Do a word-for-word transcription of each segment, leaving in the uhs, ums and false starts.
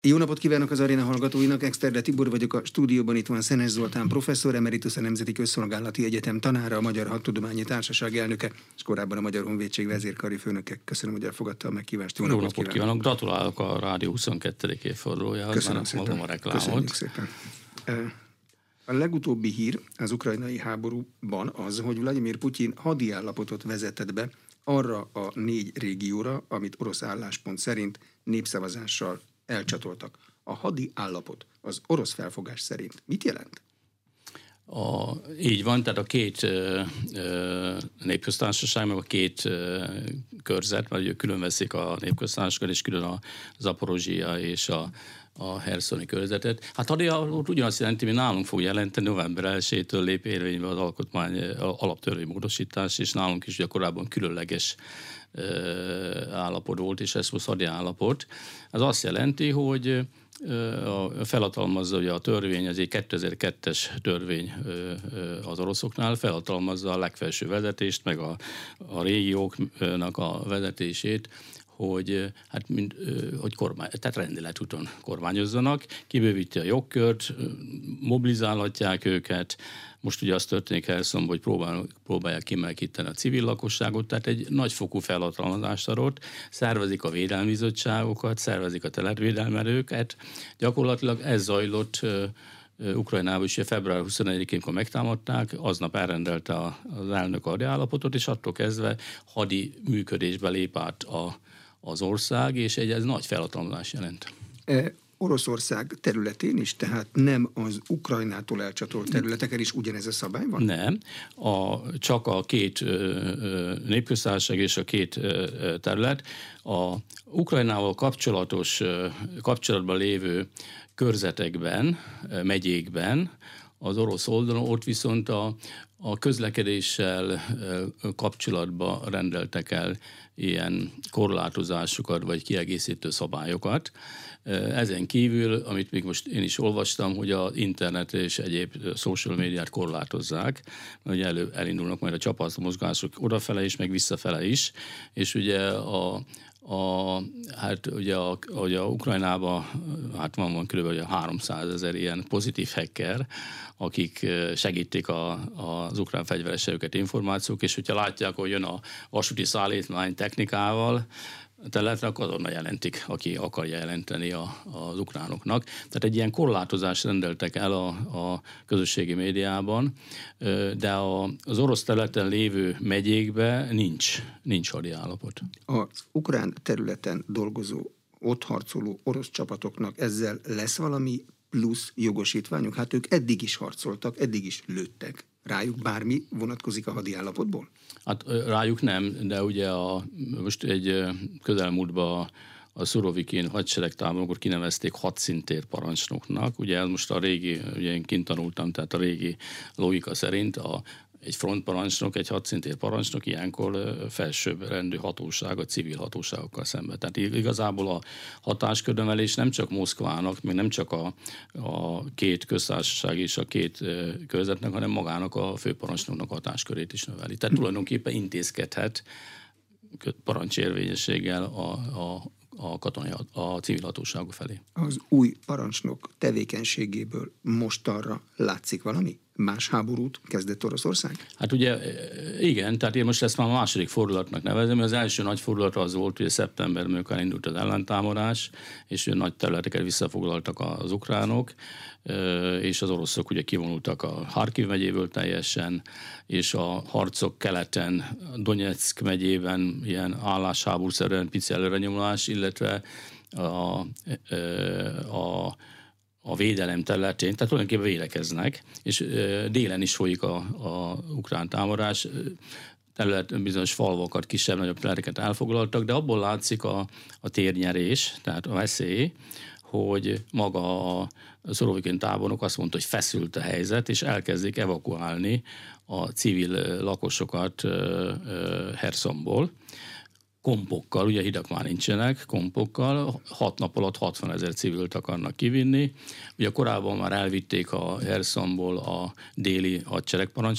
Jó napot kívánok az aréna hallgatóinak, Exterde Tibor vagyok a stúdióban, itt van Szenes Zoltán professzor, emeritus a Nemzeti Közszolgálati Egyetem tanára, a Magyar Hadtudományi Társaság elnöke, és korábban a Magyar Honvédség vezérkari főnöke. Köszönöm, hogy elfogadta a meghívást. Jó, Jó napot kívánok. kívánok! Gratulálok a Rádió huszonkettő évfordulójához. Köszönöm szépen. A reklámot. Köszönjük szépen. A legutóbbi hír az ukrajnai háborúban az, hogy Vladimir Putyin hadiállapotot vezetett be arra a négy régióra, amit orosz álláspont szerint népszavazással elcsatoltak. A hadi állapot az orosz felfogás szerint mit jelent? A, így van, tehát a két ö, ö, népköztársaság, meg a két ö, körzet, mert külön veszik a népköztársaságot, és külön a Zaporozsia és a, a herszoni körzetet. Hát hadi állapot ugyanazt jelenti, mint nálunk fog jelenteni, november elsejétől lép érvénybe az alkotmány alaptörvény módosítás, és nálunk is ugye korábban különleges állapot volt, és ez most hadi állapot. Ez azt jelenti, hogy felhatalmazza, hogy a törvény, ez egy kétezer-kettes törvény az oroszoknál, felhatalmazza a legfelső vezetést, meg a, a régióknak a vezetését, hogy, hát mind, hogy kormány, tehát rendeletúton kormányozzanak, kibővíti a jogkört, mobilizálhatják őket. Most ugye az történik Herszonban, hogy próbál, próbálják kimelkíteni a civil lakosságot, tehát egy nagyfokú felhatalmazást adott, szervezik a védelmi bizottságokat, szervezik a területvédelmerőket. Gyakorlatilag ez zajlott Ukrajnában is, február huszonegyedikén, amikor megtámadták, aznap elrendelte az elnök hadi állapotot, és attól kezdve hadi működésbe lép át a, az ország, és egy ez nagy felhatalmazás jelent. E, Oroszország területén is, tehát nem az Ukrajnától elcsatolt területeken is ugyanez a szabály van? Nem. A, csak a két népköztársaság és a két ö, terület. A Ukrajnával kapcsolatos, kapcsolatban lévő körzetekben, megyékben, az orosz oldalon, ott viszont a, a közlekedéssel kapcsolatban rendeltek el ilyen korlátozásokat, vagy kiegészítő szabályokat. Ezen kívül, amit még most én is olvastam, hogy az internet és egyéb social médiát korlátozzák, hogy elő, elindulnak majd a csapatmozgások odafele is, meg visszafele is, és ugye a A, hát ugye a, ugye a Ukrajnában hát van, van kb. háromszázezer ilyen pozitív hacker, akik segítik a, az ukrán fegyveres erőket információk, és hogyha látják, hogy jön a vasúti szállítmány technikával, területre, akkor azonnal jelentik, aki akarja jelenteni a, az ukránoknak. Tehát egy ilyen korlátozást rendeltek el a, a közösségi médiában, de a, az orosz területen lévő megyékben nincs, nincs hadi állapot. Az ukrán területen dolgozó, ott harcoló orosz csapatoknak ezzel lesz valami plusz jogosítványuk? Hát ők eddig is harcoltak, eddig is lőttek. Rájuk bármi vonatkozik a hadi állapotból? Hát rájuk nem, de ugye a, most egy közelmúltban a, a Szurovikin hadseregtábornokot kinevezték hadszintér parancsnoknak. Ugye ez most a régi, ugye én kint tanultam, tehát a régi logika szerint a egy frontparancsnok, egy hadszintér parancsnok ilyenkor felsőbb rendű hatóság, a civil hatóságokkal szemben. Tehát igazából a hatáskörömelés nem csak Moszkvának, még nem csak a, a két köztársaság és a két körzetnek, hanem magának a főparancsnoknak hatáskörét is növeli. Tehát tulajdonképpen intézkedhet parancsérvényességgel a, a a katonai, a civil hatóságok felé. Az új parancsnok tevékenységéből mostanra látszik valami? Más háborút kezdett Oroszország? Hát ugye igen, tehát én most ezt már a második fordulatnak nevezem, az első nagy fordulat az volt, hogy szeptemberben, amikor elindult az ellentámadás, és nagy területeket visszafoglaltak az ukránok, és az oroszok ugye kivonultak a Harkiv megyéből teljesen, és a harcok keleten, Donetsk megyében ilyen állásháborúszerűen pici előrenyomulás, illetve a, a a védelem területén, tehát tulajdonképpen védekeznek, és délen is folyik a, a ukrán támadás, terület, bizonyos falvakat, kisebb-nagyobb területeket elfoglaltak, de abból látszik a, a térnyerés, tehát a veszély, hogy maga a Szurovikin tábornok azt mondta, hogy feszült a helyzet, és elkezdik evakuálni a civil lakosokat Herszonból. Kompokkal, ugye hidak már nincsenek, kompokkal, hat nap alatt hatvanezer civilt akarnak kivinni. Ugye korábban már elvitték a Herszonból a déli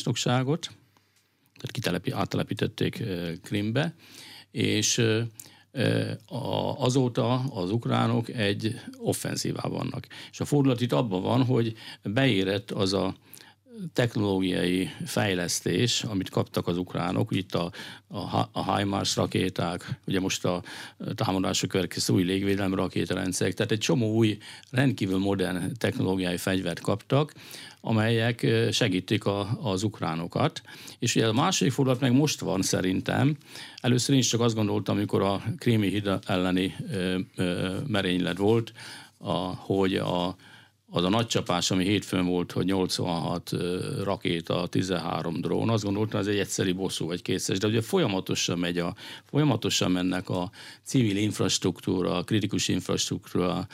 hadseregparancsnokságot, tehát kitelepi, áttelepítették Krimbe, és azóta az ukránok egy offenzívában vannak. És a fordulat itt abban van, hogy beérett az a technológiai fejlesztés, amit kaptak az ukránok, itt a, a, a HIMARS rakéták, ugye most a támadások következő új légvédelmi rakétarendszerek, tehát egy csomó új, rendkívül modern technológiai fegyvert kaptak, amelyek segítik a, az ukránokat. És ugye a második fordulat meg most van szerintem. Először én is csak azt gondoltam, amikor a krími híd elleni ö, ö, merénylet volt, a, hogy a az a nagy csapás, ami hétfőn volt, hogy nyolcvanhat rakéta, tizenhárom drón, azt gondoltam, ez egy egyszeri bosszú vagy kétszeres, de ugye folyamatosan megy a, folyamatosan mennek a civil infrastruktúra, a kritikus infrastruktúra,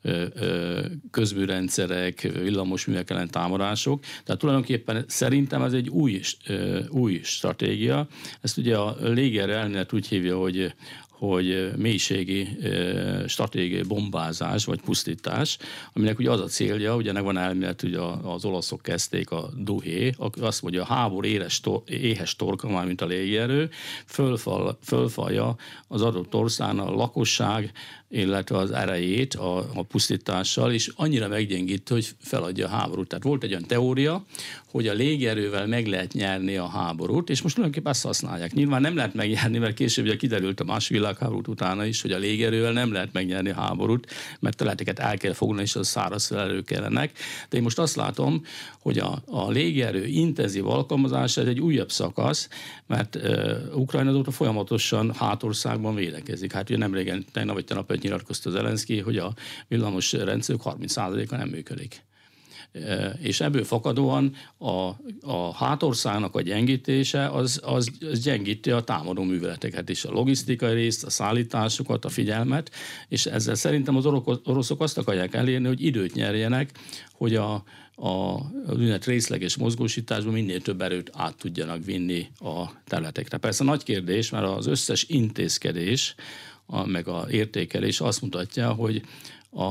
közműrendszerek, villamosművek ellen támadások. Tehát tulajdonképpen szerintem ez egy új, új stratégia. Ezt ugye a légierő elmélet úgy hívja, hogy hogy mélységi stratégiai bombázás vagy pusztítás, aminek ugye az a célja, ugye ennek van elmélet, hogy az olaszok kezdték a Duhé, azt mondja, a háború éhes, tor, éhes torka, már mint a légierő, fölfal, fölfalja az adott országnak a lakosság, illetve az erejét a, a pusztítással, és annyira meggyengít, hogy feladja a háborút. Tehát volt egy olyan teória, hogy a légierővel meg lehet nyerni a háborút, és most tulajdonképpen ezt használják. Nyilván nem lehet megnyerni, mert később ugye kiderült a második világháborút utána is, hogy a légierővel nem lehet megnyerni a háborút, mert területeket el kell fogni, és az száraz erők kellenek. De én most azt látom, hogy a, a légierő intenzív alkalmazása ez egy újabb szakasz, mert uh, Ukrajna azóta folyamatosan hátországban védekezik. Hát ugye nem régen, tegnap vagy tegnap nyilatkozta Zelenszky, hogy a villamos rendszerük harminc százaléka nem működik. És ebből fakadóan a, a hátországnak a gyengítése az, az, az gyengíti a támadó műveleteket is, a logisztikai részt, a szállításokat, a figyelmet, és ezzel szerintem az oroszok azt akarják elérni, hogy időt nyerjenek, hogy a, a ügynet részleges mozgósításban minél több erőt át tudjanak vinni a területekre. Persze nagy kérdés, mert az összes intézkedés, a, meg a értékelés azt mutatja, hogy a,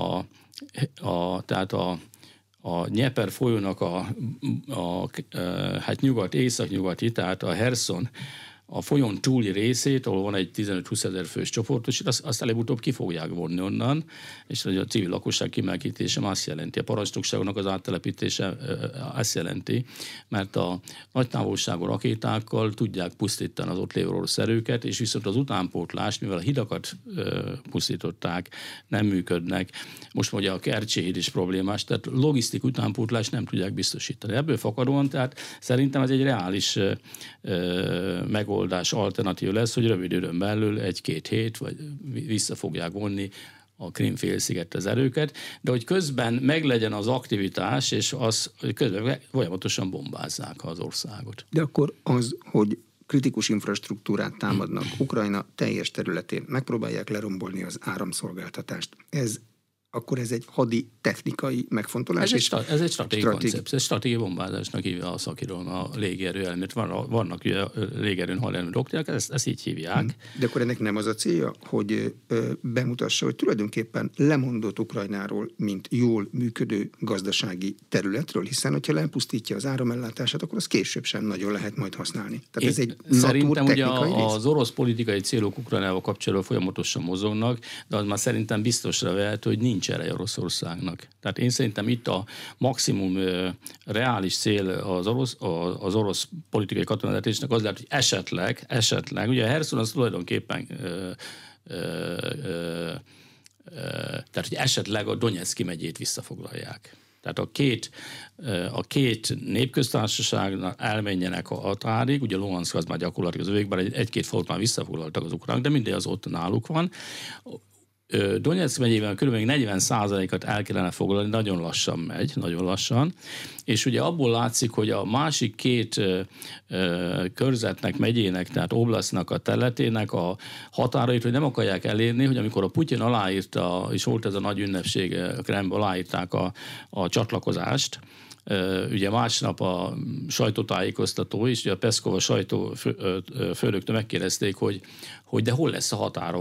a, tehát a a Dnyeper folyónak a, a, a hát nyugat, észak-nyugati, tehát a Herson, a folyón túli részét, ahol van egy tizenöt-húsz ezer fős csoportos, azt, azt előbb-utóbb ki fogják vonni onnan, és a civil lakosság kimelkítése azt jelenti, a parancsnokságnak az áttelepítése azt jelenti, mert a nagy távolságú rakétákkal tudják pusztítani az ott lévő orosz erőket, és viszont az utánpótlás, mivel a hidakat pusztították, nem működnek, most mondja a Kercsi híd is problémás, tehát logisztik utánpótlás nem tudják biztosítani. Ebből fakadóan, tehát szerintem ez egy reális megoldás, alternatív lesz, hogy rövid időn belül egy-két hét, vagy vissza fogják vonni a Krím-félsziget az erőket, de hogy közben meglegyen az aktivitás, és az, hogy közben folyamatosan bombázzák az országot. De akkor az, hogy kritikus infrastruktúrát támadnak Ukrajna teljes területén, megpróbálják lerombolni az áramszolgáltatást. Ez akkor ez egy hadi technikai megfontolás. Ez egy, sta- ez egy stratégiai koncepció, ez stratégiai bombázásnak hívja a szakirodalom, a légierő elmélet. Van, vannak ugye légierőn halálni doktrinak, ezt, ezt így hívják. De akkor ennek nem az a célja, hogy ö, bemutassa, hogy tulajdonképpen lemondott Ukrajnáról, mint jól működő gazdasági területről, hiszen hogyha lepusztítja az áramellátását, akkor az később sem nagyon lehet majd használni. Tehát ez egy szerintem ugye rész. Az orosz politikai célok Ukrajnával kapcsolatban folyamatosan mozognak, de az már szerintem biztosra vehet, hogy nincs nincs ereje Oroszországnak. Tehát én szerintem itt a maximum uh, reális cél az orosz, az orosz politikai katonavetésnek az lehet, hogy esetleg, esetleg, ugye a Herson az tulajdonképpen uh, uh, uh, uh, tehát, hogy esetleg a Donetszki megyét visszafoglalják. Tehát a két, a két népköztársaságnak elmenjenek a határig, ugye Luhanszk az már gyakorlatilag az övékben egy-két falut már visszafoglaltak az ukránok, de mindegy az ott náluk van. Donetszk megyében kb. negyven százalékot el kellene foglalni, nagyon lassan megy, nagyon lassan, és ugye abból látszik, hogy a másik két ö, ö, körzetnek, megyének, tehát oblasznak a területének a határait, hogy nem akarják elérni, hogy amikor a Putyin aláírta, és volt ez a nagy ünnepség, a Kremlben aláírták a, a csatlakozást, ugye másnap a sajtótájékoztató is, ugye a Peszkov a sajtó főnöktől megkérdezték, hogy, hogy de hol lesz a határa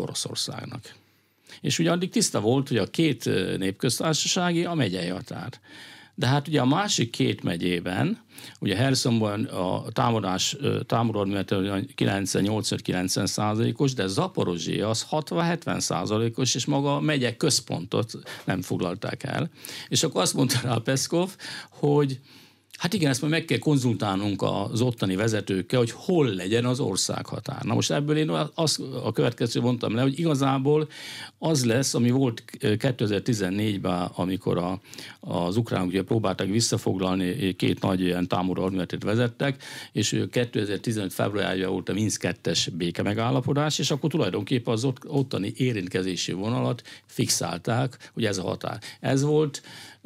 Oroszországnak. És ugye addig tiszta volt, hogy a két népköztársasági a megyei határ. De hát ugye a másik két megyében, ugye Hersonban a támadás, támadóművelet kilencven-nyolcvan-kilencven százalékos, de Zaporozsija az hatvan-hetven százalékos, és maga a megye központot nem foglalták el. És akkor azt mondta rá Peszkov, hogy hát igen, ezt majd meg kell konzultálnunk az ottani vezetőkkel, hogy hol legyen az országhatár. Na most ebből én azt a következő mondtam le, hogy igazából az lesz, ami volt kétezer-tizennégyben, amikor a, az ukránok ugye próbáltak visszafoglalni, két nagy ilyen támadó hadműveletet vezettek, és kétezer-tizenöt februárjában volt a Minszk kettes béke megállapodás, és akkor tulajdonképpen az ott, ottani érintkezési vonalat fixálták, hogy ez a határ. Ez volt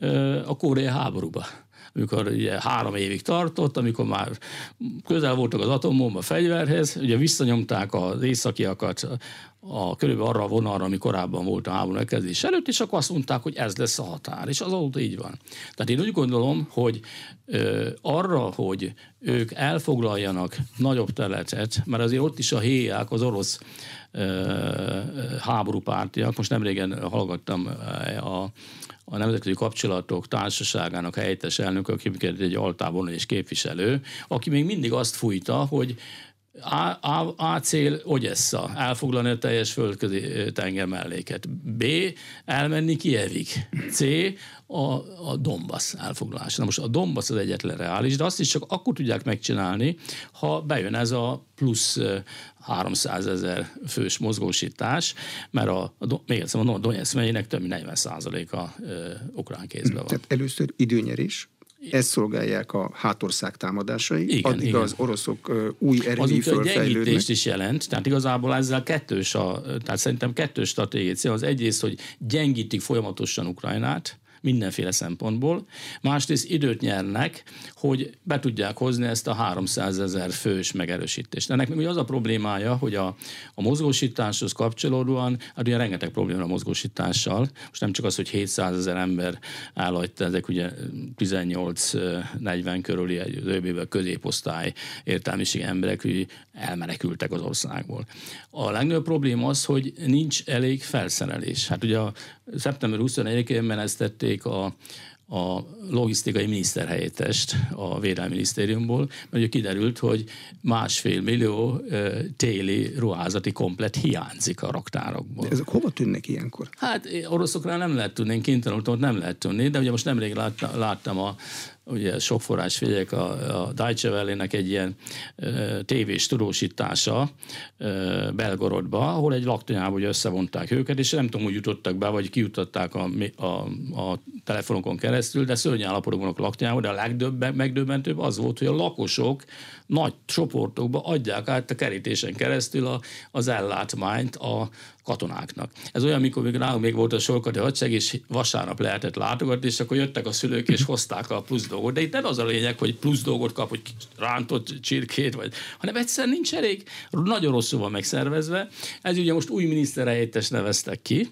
a koreai háborúban, amikor ugye három évig tartott, amikor már közel voltak az atombomba fegyverhez, ugye visszanyomták az északiakat a, körülbelül arra a vonalra, ami korábban volt a háború megkezdés előtt, és akkor azt mondták, hogy ez lesz a határ, és azóta így van. Tehát én úgy gondolom, hogy ö, arra, hogy ők elfoglaljanak nagyobb területet, mert azért ott is a héják, az orosz ö, háborúpártiak, most nemrégen hallgattam a a Nemzetközi Kapcsolatok Társaságának helyettes elnök, aki egy altávon és képviselő, aki még mindig azt fújta, hogy A, A, A cél Ogyessa, elfoglalni a teljes földközi tenger melléket. B, elmenni Kijevig. C, a, a Donbass elfoglalása. Na most a Donbass az egyetlen reális, de azt is csak akkor tudják megcsinálni, ha bejön ez a plusz háromszázezer fős mozgósítás, mert a, a még egyszer mondom, a Donetsz megyének több mint negyven százaléka ukrán kézben van. Tehát először időnyerés, ezt szolgálják a hátország támadásai, igen, addig igen. az oroszok uh, új erői fölfejlődnek. Az gyengítést is jelent, tehát igazából ezzel kettős, a, tehát szerintem kettős stratégiai cél. Az egyrészt, hogy gyengítik folyamatosan Ukrajnát, mindenféle szempontból. Másrészt időt nyernek, hogy be tudják hozni ezt a háromszázezer fős megerősítést. Ennek még az a problémája, hogy a, a mozgósításhoz kapcsolódóan, hát ugye rengeteg probléma a mozgósítással. Most nem csak az, hogy hétszázezer ember állajta, ezek ugye tizennyolc-negyven körüli az középosztály értelmiségi emberek, hogy elmenekültek az országból. A legnagyobb probléma az, hogy nincs elég felszerelés. Hát ugye a szeptember huszonegyedikén menesztették a, a logisztikai miniszterhelyettest a Védelmi Minisztériumból, mert ugye kiderült, hogy másfél millió e, téli ruházati komplett hiányzik a raktárokból. De ezek hova tűnnek ilyenkor? Hát oroszokra nem lehet tudni, én kénytelen nem lehet tudni, de ugye most nemrég láttam, láttam a ugye sok forrás figyelek, a, a Deutsche Welle-nek egy ilyen e, tévés tudósítása e, Belgorodba, ahol egy laktanyába ugye összevonták őket, és nem tudom, hogy jutottak be, vagy kijutották a, a, a telefonokon keresztül, de szörnyen állapotban vannak laktanyába, de a legdöbb, megdöbbentőbb az volt, hogy a lakosok nagy csoportokba adják át a kerítésen keresztül a, az ellátmányt a katonáknak. Ez olyan, mikor még nálunk még volt a sorkati hadsereg, és vasárnap lehetett látogatni, és akkor jöttek a szülők, és hozták a plusz dolgot. De itt nem az a lényeg, hogy plusz dolgot kap, hogy rántott csirkét, vagy, hanem egyszerűen nincs elég, nagyon rosszul van megszervezve. Ez ugye most új miniszterhelyettest neveztek ki,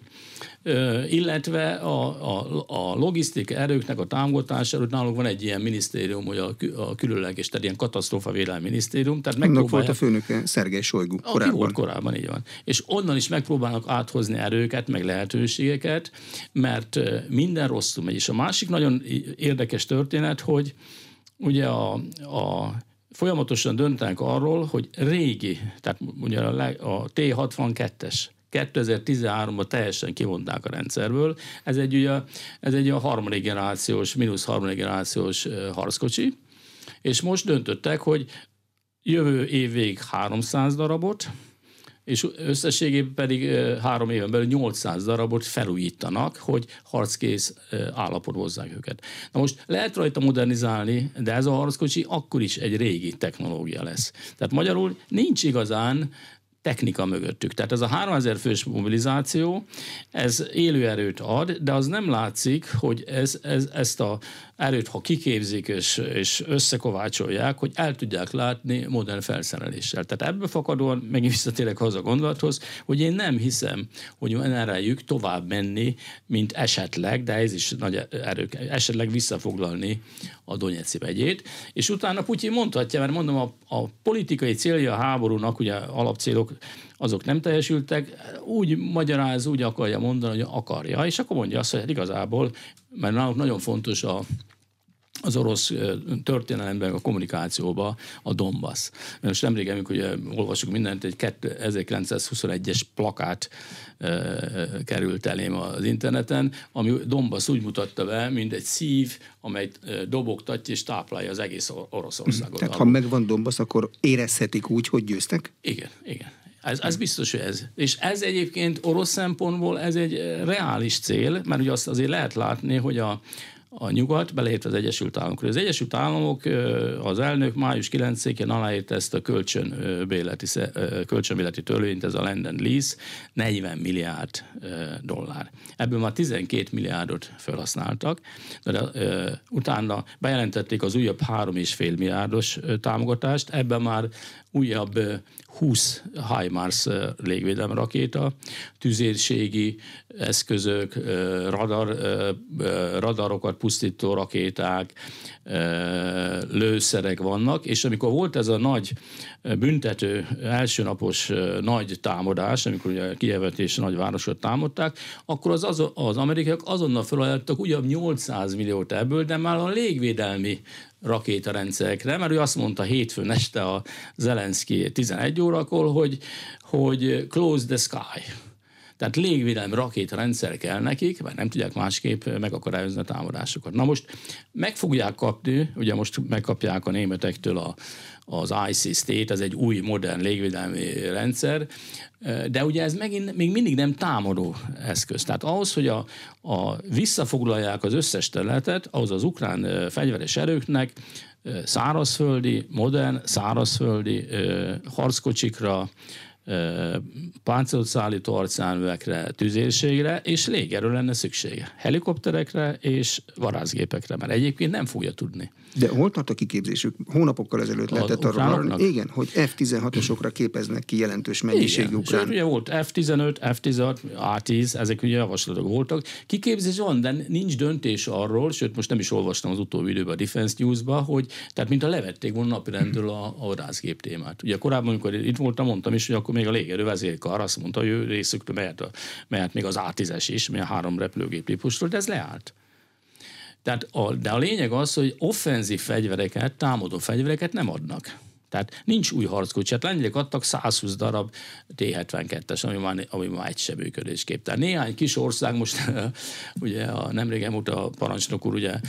illetve a, a, a logisztika erőknek a támogatására, nálunk van egy ilyen minisztérium, hogy a, a különleges, tehát ilyen katasztrófavédelmi minisztérium. Tehát annak volt a főnöke Szergej Sojgu korábban. Volt korábban, így van. És onnan is megpróbálnak áthozni erőket, meg lehetőségeket, mert minden rosszul megy. És a másik nagyon érdekes történet, hogy ugye a, a folyamatosan döntenek arról, hogy régi, tehát ugye a, a T hatvankettes kétezer-tizenháromban teljesen kivonták a rendszerből. Ez egy, ugye, ez egy a harmadik generációs, mínusz harmadik generációs harckocsi, és most döntöttek, hogy jövő év végig háromszáz darabot, és összességében pedig három éven belül nyolcszáz darabot felújítanak, hogy harckész állapotba hozzák őket. Na most lehet rajta modernizálni, de ez a harckocsi akkor is egy régi technológia lesz. Tehát magyarul nincs igazán technika mögöttük. Tehát ez a háromezer fős mobilizáció, ez élő erőt ad, de az nem látszik, hogy ez, ez, ezt a erőt, ha kiképzik és, és összekovácsolják, hogy el tudják látni modern felszereléssel. Tehát ebből fakadóan megint visszatérek haza a gondolathoz, hogy én nem hiszem, hogy van erejük tovább menni, mint esetleg, de ez is nagy erők, esetleg visszafoglalni a Donetsz megyét. És utána Putyin mondhatja, mert mondom, a, a politikai célja a háborúnak, ugye alapcélok, azok nem teljesültek, úgy magyaráz, úgy akarja mondani, hogy akarja, és akkor mondja azt, hogy igazából, mert náluk nagyon fontos a az orosz történelemben, a kommunikációban a Donbass. Most nemrég, amikor ugye olvasjuk mindent, egy ezerkilencszázhuszonegyes plakát e, került elém az interneten, ami Donbass úgy mutatta be, mint egy szív, amely dobogtatja és táplálja az egész Oroszországot. Tehát ha megvan Donbass, akkor érezhetik úgy, hogy győztek? Igen, igen. Ez, ez biztos, hogy ez. És ez egyébként orosz szempontból ez egy reális cél, mert ugye azt azért lehet látni, hogy a a nyugat, beleértve az Egyesült Államok. Az Egyesült Államok, az elnök május kilencedikén aláírta ezt a kölcsönbéleti, kölcsönbéleti törvényt, ez a Land and Lease, negyven milliárd dollár. Ebből már tizenkét milliárdot felhasználtak, de utána bejelentették az újabb három és fél milliárdos támogatást, ebben már újabb húsz HIMARS légvédelmi rakéta, tüzérségi eszközök, radar, radarokat pusztító rakéták, lőszerek vannak, és amikor volt ez a nagy büntető elsőnapos nagy támadás, amikor ugye Kijevet és nagyvárosot támadták, akkor az, az, az amerikaiak azonnal felajánlottak ugyan nyolcszáz milliót ebből, de már a légvédelmi rakétarendszerekre, mert ő azt mondta hétfőn este a Zelenszky tizenegy órakor, hogy, hogy close the sky. Tehát légvédelmi rakétarendszer kell nekik, mert nem tudják másképp megakadályozni a támadásokat. Na most meg fogják kapni, ugye most megkapják a németektől a, az I C State, ez egy új, modern légvédelmi rendszer, de ugye ez megint még mindig nem támadó eszköz. Tehát ahhoz, hogy a, a visszafoglalják az összes területet, ahhoz az ukrán fegyveres erőknek szárazföldi, modern szárazföldi harckocsikra, páncélozott szállító arcjárművekre, tüzérségre és légerő lenne szüksége. Helikopterekre és vadászgépekre, mert egyébként nem fogja tudni. De hol tart a kiképzésük? Hónapokkal ezelőtt lehetett arról hallani, igen, hogy F tizenhatosokra képeznek ki jelentős mennyiségű ukrán. Sőt, ugye volt F tizenöt, F tizenhat, A tíz, ezek ugye javaslatok voltak. Kiképzés van, de nincs döntés arról, sőt most nem is olvastam az utóbbi időben a Defense News-ba, hogy tehát mint a levették volna napirendről a, a vadászgép témát. Ugye korábban, amikor itt voltam, mondtam is, hogy akkor még a légerő vezérkar azt mondta, hogy ő részükről mehet, a, mehet még az A tízes is, mert a három repülőgép típusról, de ez leállt. Tehát a, de a lényeg az, hogy offenzív fegyvereket, támadó fegyvereket nem adnak. Tehát nincs új harckocsi. Hát lengyelek adtak százhúsz darab T hetvenkettes, ami már, ami már egy sem működésképtelen. Néhány kis ország most, ugye a nemrégen volt a parancsnok úr, ugye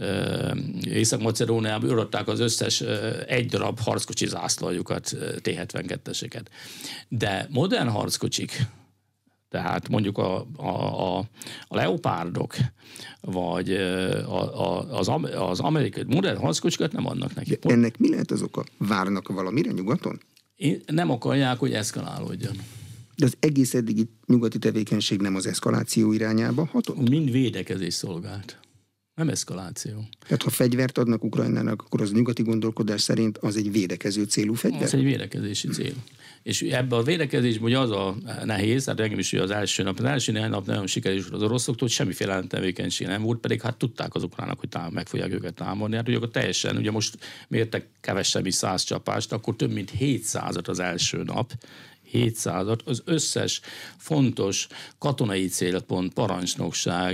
Észak-Macedóniában adták az összes egy darab harckocsi zászlajukat, T hetvenketteseket. De modern harckocsik, tehát mondjuk a, a, a, a leopárdok, vagy a, a, az, az amerikai modern harckocsikat nem adnak neki. De ennek mi lehet az oka? Várnak valamire nyugaton? Én nem akarják, hogy eszkalálódjon. De az egész eddigi nyugati tevékenység nem az eszkaláció irányába hatott? Mind védekezés szolgált. Nem eszkaláció. Tehát ha fegyvert adnak Ukrajnának, akkor az nyugati gondolkodás szerint az egy védekező célú fegyver? Az egy védekezési cél. És ebben a védekezésben ugye az a nehéz, hát engem is az első nap, az első néhány nap nagyon sikeres az oroszoktól, hogy semmiféle tevékenység nem volt, pedig hát tudták az ukránok, hogy tám- meg fogják őket támadni. Hát ugye akkor teljesen, ugye most mértek kevesebb is száz csapást, akkor több mint hétszázat az első nap, hétszázat, az összes fontos katonai célpont, parancsnokság,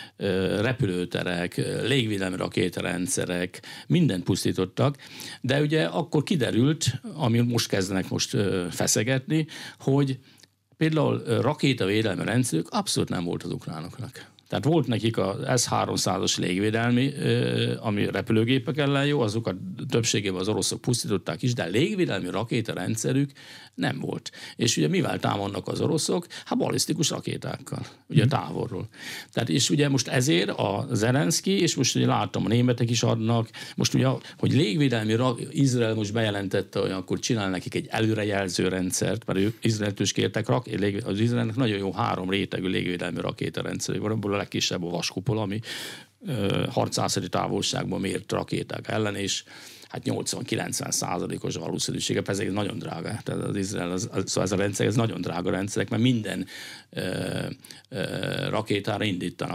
repülőterek, légvédelmi rakétarendszerek, mindent pusztítottak, de ugye akkor kiderült, ami most kezdenek most feszegetni, hogy például rakétavédelmi rendszerük abszolút nem volt az ukránoknak. Tehát volt nekik az S háromszázas légvédelmi, ami repülőgépek ellen jó, azokat többségében az oroszok pusztították is, de a légvédelmi rakétarendszerük nem volt. És ugye mivel támadnak az oroszok? Hát balisztikus rakétákkal, ugye hmm. távolról. Tehát és ugye most ezért a Zelenszky, és most ugye láttam, a németek is adnak, most ugye, hogy légvédelmi, Izrael most bejelentette, hogy akkor csinál nekik egy előrejelző rendszert, mert ők Izraeltől is kértek, az Izraelnek nagyon jó három rétegű légvédelmi rakétarendszer, van abból a legkisebb a vaskupola, ami uh, harcászati távolságban mért rakéták ellen, és hát nyolcvan-kilencven százalékos valószínűsége, ez nagyon drága. Tehát az Izrael, az, az, szóval ez a rendszer, ez nagyon drága rendszerek, mert minden uh, uh, rakétára indítanak.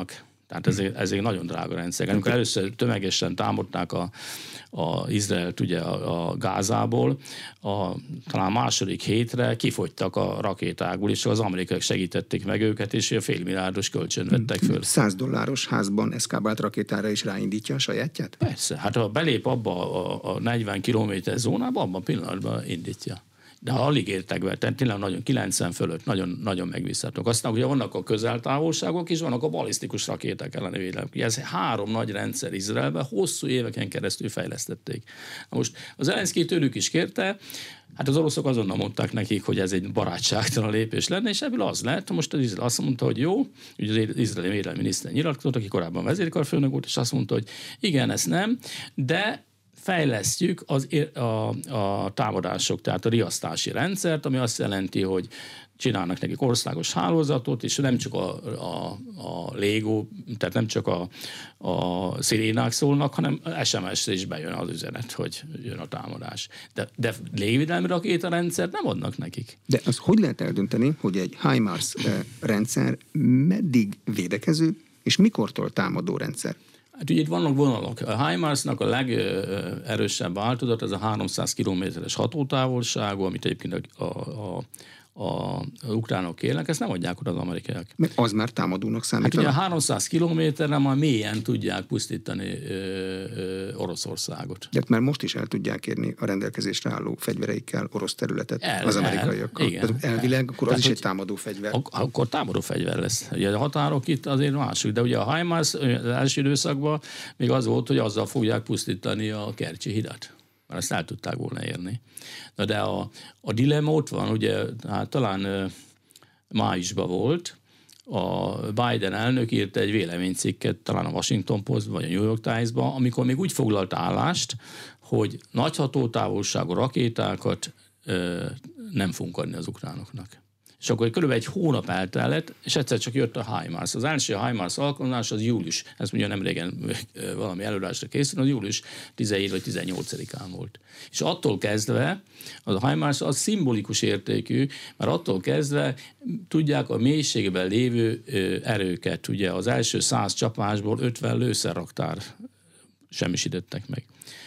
Tehát ez, ez egy nagyon drága rendszer. Amikor először tömegesen támadták a, a Izraelt ugye a, a Gázából, a, talán második hétre kifogytak a rakétákból, és az amerikaiak segítették meg őket, és a félmilliárdos kölcsön vettek föl. száz dolláros házban eszkábált rakétára is ráindítja a sajátját? Persze, hát ha belép abba a, a negyven kilométer zónába, abban a pillanatban indítja. De ha alig értek be, tehát tényleg nagyon kilencven fölött nagyon, nagyon megbízhatók. Aztán ugye vannak a közeltávolságok, és vannak a balisztikus rakéták elleni védelem. Ez három nagy rendszer Izraelben hosszú éveken keresztül fejlesztették. Na most az Zelenszky tőlük is kérte, hát az oroszok azonnal mondták nekik, hogy ez egy barátságtalan lépés lenne, és ebből az lett. Most az Izrael azt mondta, hogy jó, ugye az izraeli védelmi miniszter nyilatkozott, aki korábban vezérkarfőnök volt, és azt mondta, hogy igen, ez nem, de fejlesztjük az, a, a támadások, tehát a riasztási rendszert, ami azt jelenti, hogy csinálnak nekik országos hálózatot, és nem csak a, a, a légó, tehát nem csak a, a szirénák szólnak, hanem es em es-re is bejön az üzenet, hogy jön a támadás. De, de légvédelmi rakétarendszert nem adnak nekik. De az hogy lehet eldönteni, hogy egy HIMARS rendszer meddig védekező, és mikortól támadó rendszer? Hát ugye itt vannak vonalak. A HIMARS-nak a legerősebb változat, ez a háromszáz kilométeres hatótávolságú, amit egyébként a, a, a a ukránok kérnek, ezt nem adják oda az amerikaiak. Mert az már támadónak számít. Hát ugye a háromszáz kilométerre már mélyen tudják pusztítani ö, ö, Oroszországot. De már most is el tudják érni a rendelkezésre álló fegyvereikkel orosz területet el, az amerikaiakkal. El, igen, elvileg el. akkor az Tehát, is egy támadó fegyver. Ak- akkor támadó fegyver lesz. Ugye a határok itt azért mások, de ugye a HIMARS az első időszakban még az volt, hogy azzal fogják pusztítani a Kercsi hidat. Mert ezt el tudták volna érni. Na de a, a dilemma ott van, ugye hát talán uh, májusban volt, a Biden elnök írt egy véleménycikket, talán a Washington Post vagy a New York Times-ban, amikor még úgy foglalt állást, hogy nagy hatótávolságú rakétákat uh, nem fogunk adni az ukránoknak. És akkor körülbelül egy hónap eltellett, és egyszer csak jött a HIMARS. Az első HIMARS alkalmazás az július, ez ugye nem régen valami előadásra készült, az július tizenhét vagy tizennyolcadikán volt. És attól kezdve, az a HIMARS az szimbolikus értékű, mert attól kezdve tudják a mélységben lévő erőket, ugye az első száz csapásból ötven lőszerraktár semmisítettek meg.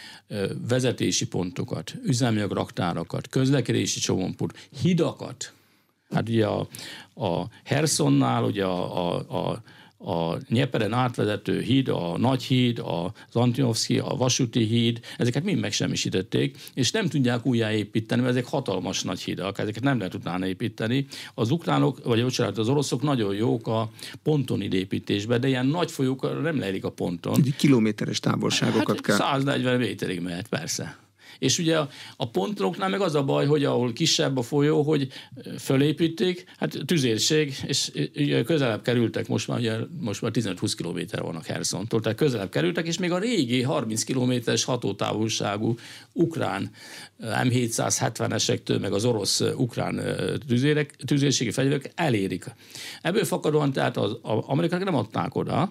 Vezetési pontokat, üzemanyag raktárakat, közlekedési csomópont, hidakat. Hát ugye a, a Hersonnál, ugye a, a, a, a Nyeperen átvezető híd, a Nagy híd, az Antonovszky, a vasúti híd, ezeket mind megsemmisítették, és nem tudják újjáépíteni, mert ezek hatalmas nagy hídak, ezeket nem lehet utána építeni. Az ukránok, vagy bocsánat, az oroszok nagyon jók a pontonidépítésben, de ilyen nagy folyók nem lehelik a ponton. Kilométeres távolságokat hát kell. száznegyven méterig mehet, persze. És ugye a, a pontonoknál meg az a baj, hogy ahol kisebb a folyó, hogy fölépítik, hát tüzérség, és ugye közelebb kerültek, most már, ugye, most már tizenöt-húsz kilométer vannak Hersontól, tehát közelebb kerültek, és még a régi harminc kilométeres hatótávolságú ukrán em hétszázhetvenesektől, meg az orosz-ukrán tüzérek, tüzérségi fegyverek elérik. Ebből fakadóan tehát az, az amerikaiak nem adták oda,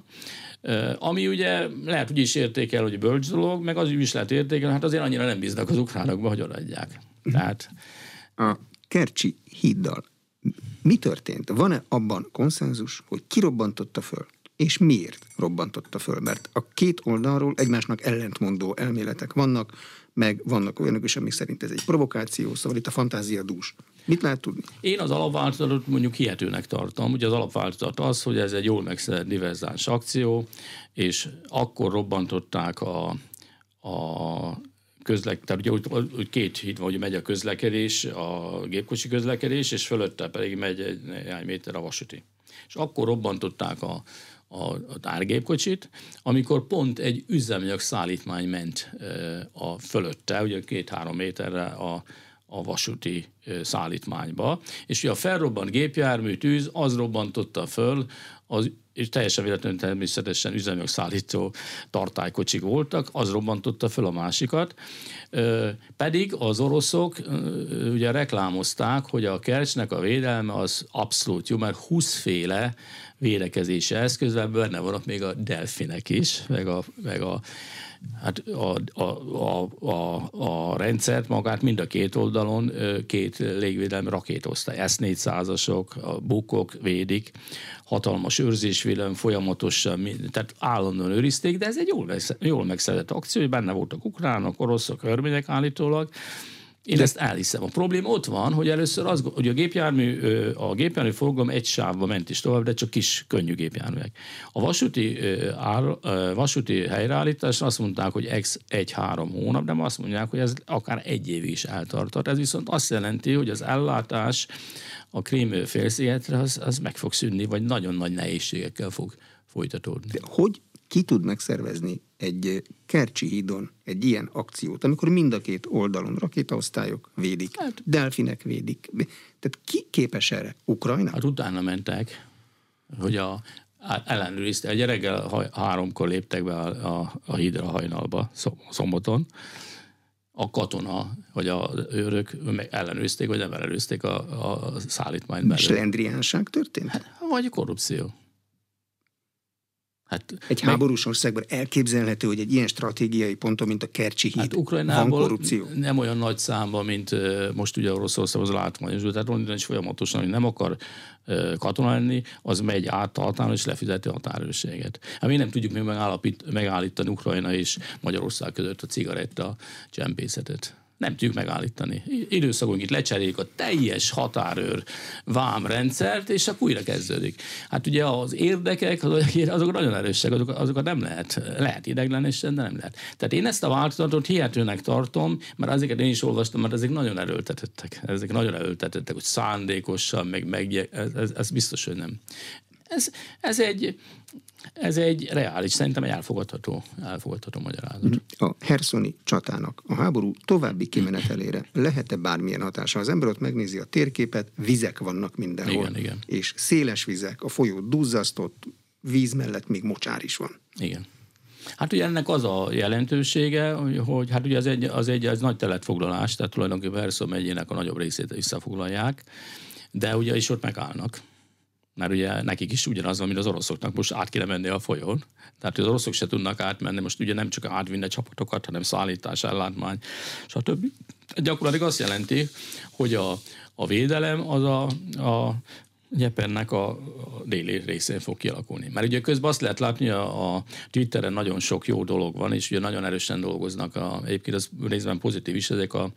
ami ugye lehet úgy is értékel, hogy bölcs dolog, meg az is lehet értékel, hát azért annyira nem bíznak az ukránokba, hogy odaadják. Tehát... A Kercsi híddal mi történt? Van-e abban konszenzus, hogy ki robbantotta föl? És miért robbantotta föl? Mert a két oldalról egymásnak ellentmondó elméletek vannak, meg vannak olyanok is, amik szerint ez egy provokáció, szóval itt a fantázia dús. Mit lehet tudni? Én az alapváltozatot mondjuk hihetőnek tartom. Ugye az alapváltozat az, hogy ez egy jól megszerzett diverzáns akció, és akkor robbantották a, a közlek, tehát ugye úgy két híd van, hogy megy a közlekedés, a gépkocsi közlekedés, és fölötte pedig megy egy néhány méter a vasúti. És akkor robbantották a a tárgépkocsit, amikor pont egy üzemanyag szállítmány ment a fölötte, ugye két-három méterre a, a vasúti szállítmányba, és ugye a felrobbant gépjármű tűz, az robbantotta föl, az, és teljesen véletlenül természetesen üzemanyag szállító tartálykocsik voltak, az robbantotta föl a másikat, pedig az oroszok ugye reklámozták, hogy a Kercsnek a védelme az abszolút jó, mert húszféle védekezési eszközben benne vannak még a delfinek is, meg a, meg a, hát a, a, a, a, a rendszert magát mind a két oldalon két légvédelmi rakétosztály, es négyszázasok, a bukok védik, hatalmas őrzés Ivanisvillen folyamatosan, tehát állandóan őrizték, de ez egy jól, jól megszervezett akció, hogy benne voltak ukránok, oroszok, örmények állítólag. Én de ezt elhiszem. A probléma ott van, hogy először az, hogy a gépjármű, a gépjármű forgalom egy sávba ment is tovább, de csak kis, könnyű gépjárművek. A vasúti, áll, vasúti helyreállításra azt mondták, hogy egy-három hónap, de azt mondják, hogy ez akár egy évig is eltartott. Ez viszont azt jelenti, hogy az ellátás a Krím félszigetre az, az meg fog szűnni, vagy nagyon nagy nehézségekkel fog folytatódni. De hogy ki tud megszervezni egy Kercsi hídon egy ilyen akciót, amikor mind a két oldalon rakétaosztályok védik, hát, delfinek védik. Tehát ki képes erre? Ukrajna? Hát utána mentek, hogy a ellenőrizte, egy reggel háromkor léptek be a, a, a hídra hajnalba, szombaton. A katona, vagy a őrök ellenőrizték, vagy nem ellenőrizték a, a szállítmányt belőle. Slendriánság történt? Hát, vagy korrupció. Hát egy meg... háborús országban elképzelhető, hogy egy ilyen stratégiai ponton, mint a Kercsi híd, hát Ukrajnából van korrupció? Nem olyan nagy számban, mint most ugye Oroszországhoz látományosult. Tehát onnan is folyamatosan, hogy nem akar katona lenni, az megy át határon és lefizeti a határőrséget. Hát mi nem tudjuk még megállítani Ukrajna és Magyarország között a cigaretta csempészetet. Nem tudjuk megállítani. Időszakon itt lecseréljük a teljes határőr vámrendszert, és akkor újra kezdődik. Hát ugye az érdekek, azok nagyon erősek, azok, azokat nem lehet. Lehet ideglenes, de nem lehet. Tehát én ezt a változatot hihetőnek tartom, mert ezeket én is olvastam, mert ezek nagyon erőltetettek. Ezek nagyon erőltetettek, hogy szándékosan, meg, meg ez, ez, ez biztos, hogy nem. Ez, ez egy... Ez egy reális, szerintem egy elfogadható, elfogadható magyarázat. A herszoni csatának a háború további kimenetelére lehet-e bármilyen hatása? Az ember ott megnézi a térképet, vizek vannak mindenhol. Igen, igen. És széles vizek, a folyó duzzasztott, víz mellett még mocsár is van. Igen. Hát ugye ennek az a jelentősége, hogy hát ugye az egy, az egy az nagy területfoglalás, tehát tulajdonképpen Herszon megyének a nagyobb részét visszafoglalják, de ugye is ott megállnak. Mert ugye nekik is ugyanaz, mint az oroszoknak, most át kéne menni a folyón. Tehát az oroszok se tudnak átmenni, most ugye nem csak átvinni csapatokat, hanem szállítás, ellátmány, stb. Gyakorlatilag azt jelenti, hogy a, a védelem az a, a Dnyepernek a, a déli részén fog kialakulni. Mert ugye közben azt lehet látni, a, a Twitteren nagyon sok jó dolog van, és ugye nagyon erősen dolgoznak. A, egyébként az részben pozitív is, ezek a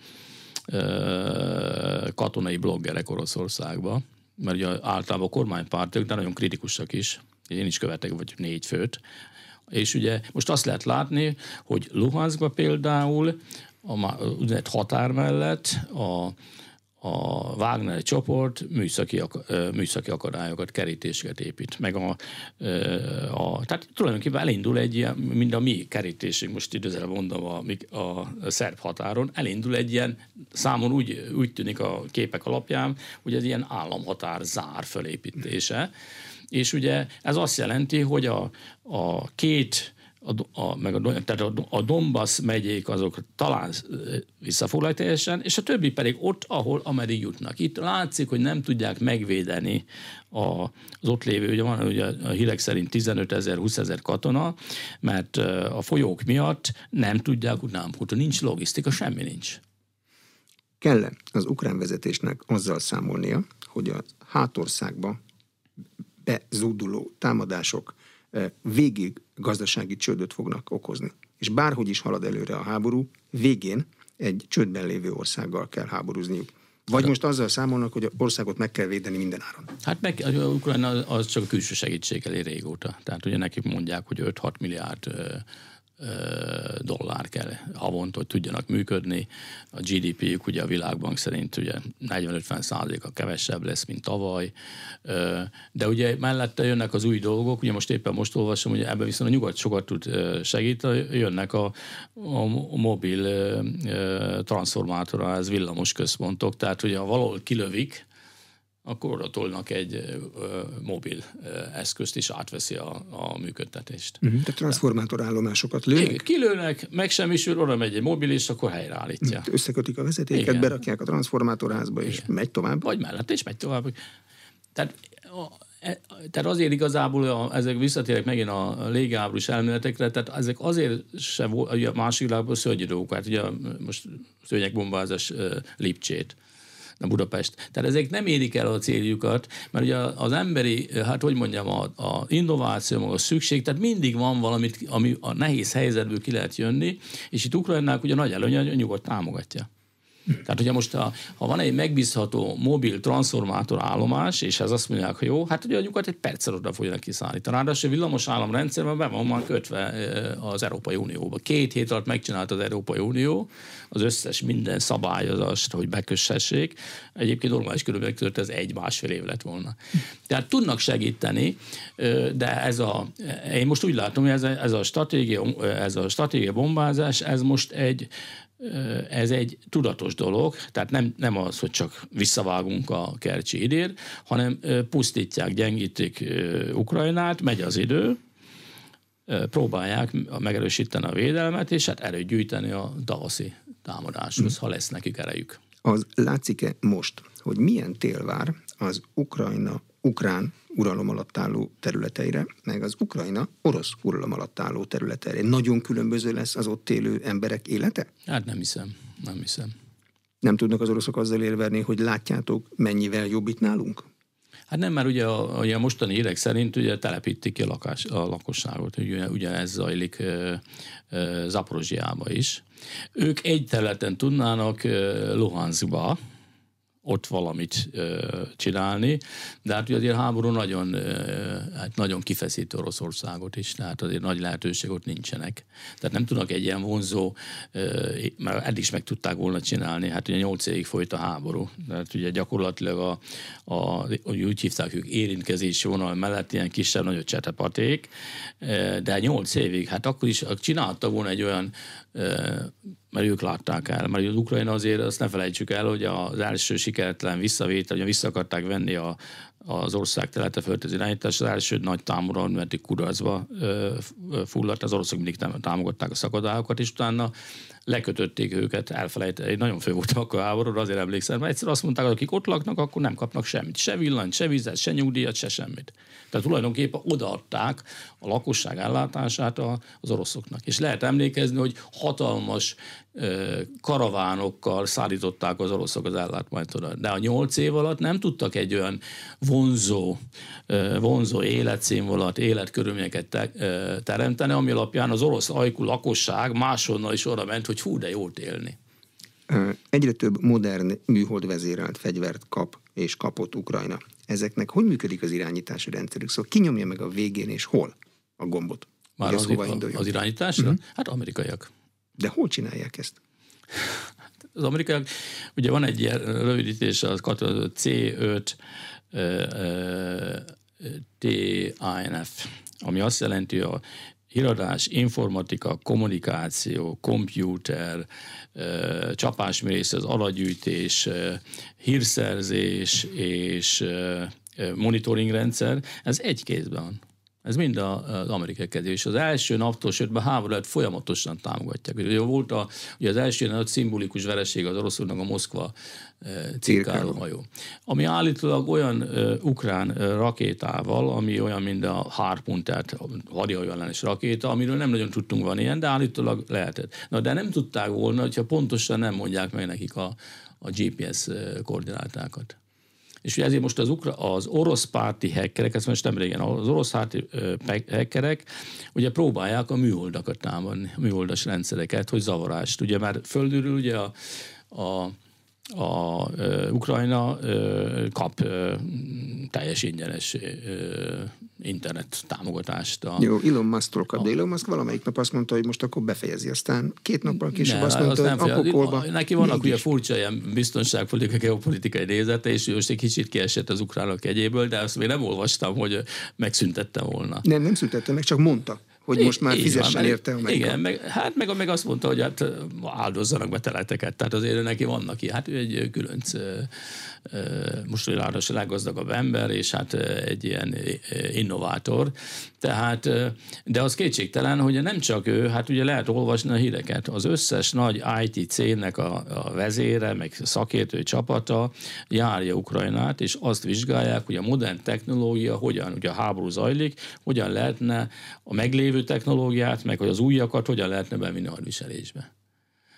e, katonai bloggerek Oroszországban, mert ugye általában kormánypártiak, de nagyon kritikusak is. Én is követek, vagy négy főt. És ugye most azt lehet látni, hogy Luhanskban például a úgynevezett határ mellett a, a Wagner csoport műszaki, műszaki akadályokat, kerítéseket épít. Meg a, a, tehát tulajdonképpen elindul egy ilyen, mind a mi kerítésünk, most időzőre mondom a, a szerb határon, elindul egy ilyen, számon úgy, úgy tűnik a képek alapján, hogy ez ilyen államhatár zár fölépítése. És ugye ez azt jelenti, hogy a, a két A, a, meg a, tehát a, a Donbass megyék azok talán visszafoglalják teljesen, és a többi pedig ott, ahol ameddig jutnak. Itt látszik, hogy nem tudják megvédeni a, az ott lévő, ugye van ugye a hírek szerint tizenöt ezer, húsz ezer katona, mert a folyók miatt nem tudják utánpótolni, nincs logisztika, semmi nincs. Kell az ukrán vezetésnek azzal számolnia, hogy a hátországba bezúduló támadások végig gazdasági csődöt fognak okozni. És bárhogy is halad előre a háború, végén egy csődben lévő országgal kell háborúzniuk. Vagy most azzal számolnak, hogy az országot meg kell védeni minden áron. Hát meg, az Ukrajna az csak a külső segítség elé régóta. Tehát ugye nekik mondják, hogy öt-hat milliárd dollár kell havonta, hogy tudjanak működni. A gé dé pé-jük ugye a Világbank szerint ugye negyven-ötven százaléka kevesebb lesz, mint tavaly. De ugye mellette jönnek az új dolgok, ugye most éppen most olvasom, hogy ebben viszont a nyugat sokat tud segíteni, jönnek a, a mobil transformátora, ez villamos központok, tehát ugye ha valahol kilövik, akkor oda tolnak egy ö, mobil ö, eszközt, és átveszi a, a működtetést. Uh-huh. Tehát transformátorállomásokat lőnek? Igen, kilőnek, megsemmisül, oda megy egy mobil, és akkor helyreállítja. Uh-huh. Összekötik a vezetéket, igen, berakják a transformátorházba, és igen, megy tovább? Vagy mellett, és megy tovább. Tehát, a, e, tehát azért igazából a, ezek visszatérek megint a légiháborús elméletekre, tehát ezek azért se volt, a másik világban szörnyű dolgok, hát ugye most szőnyegbombázás Lipcsét. de Budapest. Tehát ezek nem érik el a céljukat, mert ugye az emberi, hát hogy mondjam, a, a innováció, a szükség, tehát mindig van valamit, ami a nehéz helyzetből ki lehet jönni, és itt Ukrajnának ugye nagy előnye, hogy a nyugat támogatja. Tehát, hogyha most, ha, ha van egy megbízható mobil transformátor állomás, és ez azt mondják, hogy jó, hát ugye a nyugat egy perccel oda fogjanak kiszállítani. Ráadásul a villamos államrendszerben be van már kötve az Európai Unióba. Két hét alatt megcsinált az Európai Unió az összes minden szabályozást, hogy bekössessék. Egyébként normális körülbelül között ez egy-másfél év lett volna. Tehát tudnak segíteni, de ez a, én most úgy látom, hogy ez a, ez a stratégia, ez a stratégia bombázás, ez most egy ez egy tudatos dolog, tehát nem, nem az, hogy csak visszavágunk a Kercsi idér, hanem pusztítják, gyengítik Ukrajnát, megy az idő, próbálják megerősíteni a védelmet, és hát erőt gyűjteni a tavaszi támadáshoz, ha lesz nekik erejük. Az látszik-e most, hogy milyen tél vár az Ukrajna, ukrán uralom alatt álló területeire, meg az Ukrajna orosz uralom alatt álló területeire? Nagyon különböző lesz az ott élő emberek élete? Hát nem hiszem, nem hiszem. Nem tudnak az oroszok azzal érvelni, hogy látjátok, mennyivel jobb itt nálunk? Hát nem, mert ugye a, a mostani hírek szerint ugye telepítik ki a, lakás, a lakosságot, ugye, ugye ez zajlik e, e, Zaporozsiába is. Ők egy területen tudnának e, Luhanskba, ott valamit ö, csinálni, de hát ugye azért a háború nagyon, ö, hát nagyon kifeszítő Oroszországot is, tehát azért nagy lehetőség ott nincsenek. Tehát nem tudnak egy ilyen vonzó, ö, mert eddig is meg tudták volna csinálni, hát ugye nyolc évig folyt a háború. Tehát ugye gyakorlatilag a, a, úgy hívták ők érintkezési vonal mellett ilyen kisebb-nagyobb csetepaték, de nyolc évig, hát akkor is csinálta volna egy olyan, mert ők látták el, mert az Ukrajna azért, azt ne felejtsük el, hogy az első sikeretlen visszavétel, hogy vissza akarták venni a, az ország területe fölött az irányítás, az első nagy támadás, mert kudarcba fulladt, az oroszok mindig támogatták a szakadályokat, és utána lekötötték őket, elfelejteni. Nagyon fő voltam akkor a háborúra, azért emlékszem, mert egyszer azt mondták, hogy akik ott laknak, akkor nem kapnak semmit. Se villanyt, se vizet, se nyugdíjat, se semmit. Tehát tulajdonképpen odaadták a lakosság ellátását az oroszoknak. És lehet emlékezni, hogy hatalmas karavánokkal szállították az oroszok az ellátmányt oda. De a nyolc év alatt nem tudtak egy olyan vonzó, vonzó életszínvonalat, életkörülményeket teremteni, ami alapján az orosz ajkú lakosság máshonnan is oda ment, hogy hú, de jót élni. Egyre több modern műholdvezérelt fegyvert kap és kapott Ukrajna. Ezeknek hogy működik az irányítási rendszerük? Szóval ki nyomja meg a végén és hol a gombot? Már az, az, az irányításra? Uh-huh. Hát amerikaiak. De hol csinálják ezt? Az amerikaiak, ugye van egy ilyen rövidítés, az cé öt té i en ef, ami azt jelenti, hogy a híradás, informatika, kommunikáció, komputer, csapásmérés, az adatgyűjtés, hírszerzés és monitoring rendszer, ez egy kézben van. Ez mind az amerikai kezében. És az első naptól, sőt, a háború előtt folyamatosan támogatják. Ugye volt a, ugye az első nagy szimbolikus vereség az oroszoknak a Moszkva cirkáló hajó. Ami állítólag olyan uh, ukrán uh, rakétával, ami olyan, mint a Harpoon, tehát hadihajó ellenes rakéta, amiről nem nagyon tudtunk, van ilyen, de állítólag lehetett. Na, de nem tudták volna, hogyha pontosan nem mondják meg nekik a, a gé pé es koordinátákat. És ugye ezért most az, ukra, az orosz párti hackerek, ezt most nem régen, az orosz párti hackerek ugye próbálják a műholdakat támadni, a műholdas rendszereket, hogy zavarást. Ugye már földülről ugye a, a A, a Ukrajna kap teljes ingyenes internet támogatást. A, Jó, Elon Musk-tól kap, de Elon Musk valamelyik nap azt mondta, hogy most akkor befejezi, aztán két nappal később ne, azt mondta, azt hogy akkor kolba. Neki vannak ugye furcsa ilyen biztonságpolitikai, geopolitikai nézete, és most egy kicsit kiesett az ukránok egyéből, de azt még nem olvastam, hogy megszüntette volna. Nem, nem szüntette meg, csak mondta, hogy most már fizessen érte a Igen, meg, hát meg, meg azt mondta, hogy hát áldozzanak be teleteket, tehát azért neki vannak ki. Hát ő egy különc, most ráadásul a leggazdagabb ember, és hát egy ilyen innovátor. Tehát, de az kétségtelen, hogy nem csak ő, hát ugye lehet olvasni a híreket. Az összes nagy i té cégnek a, a vezére, meg szakértői csapata járja Ukrajnát, és azt vizsgálják, hogy a modern technológia hogyan, ugye a háború zajlik, hogyan lehetne a meglévő technológiát, meg hogy az újakat hogyan lehetne bevinni a hadviselésbe.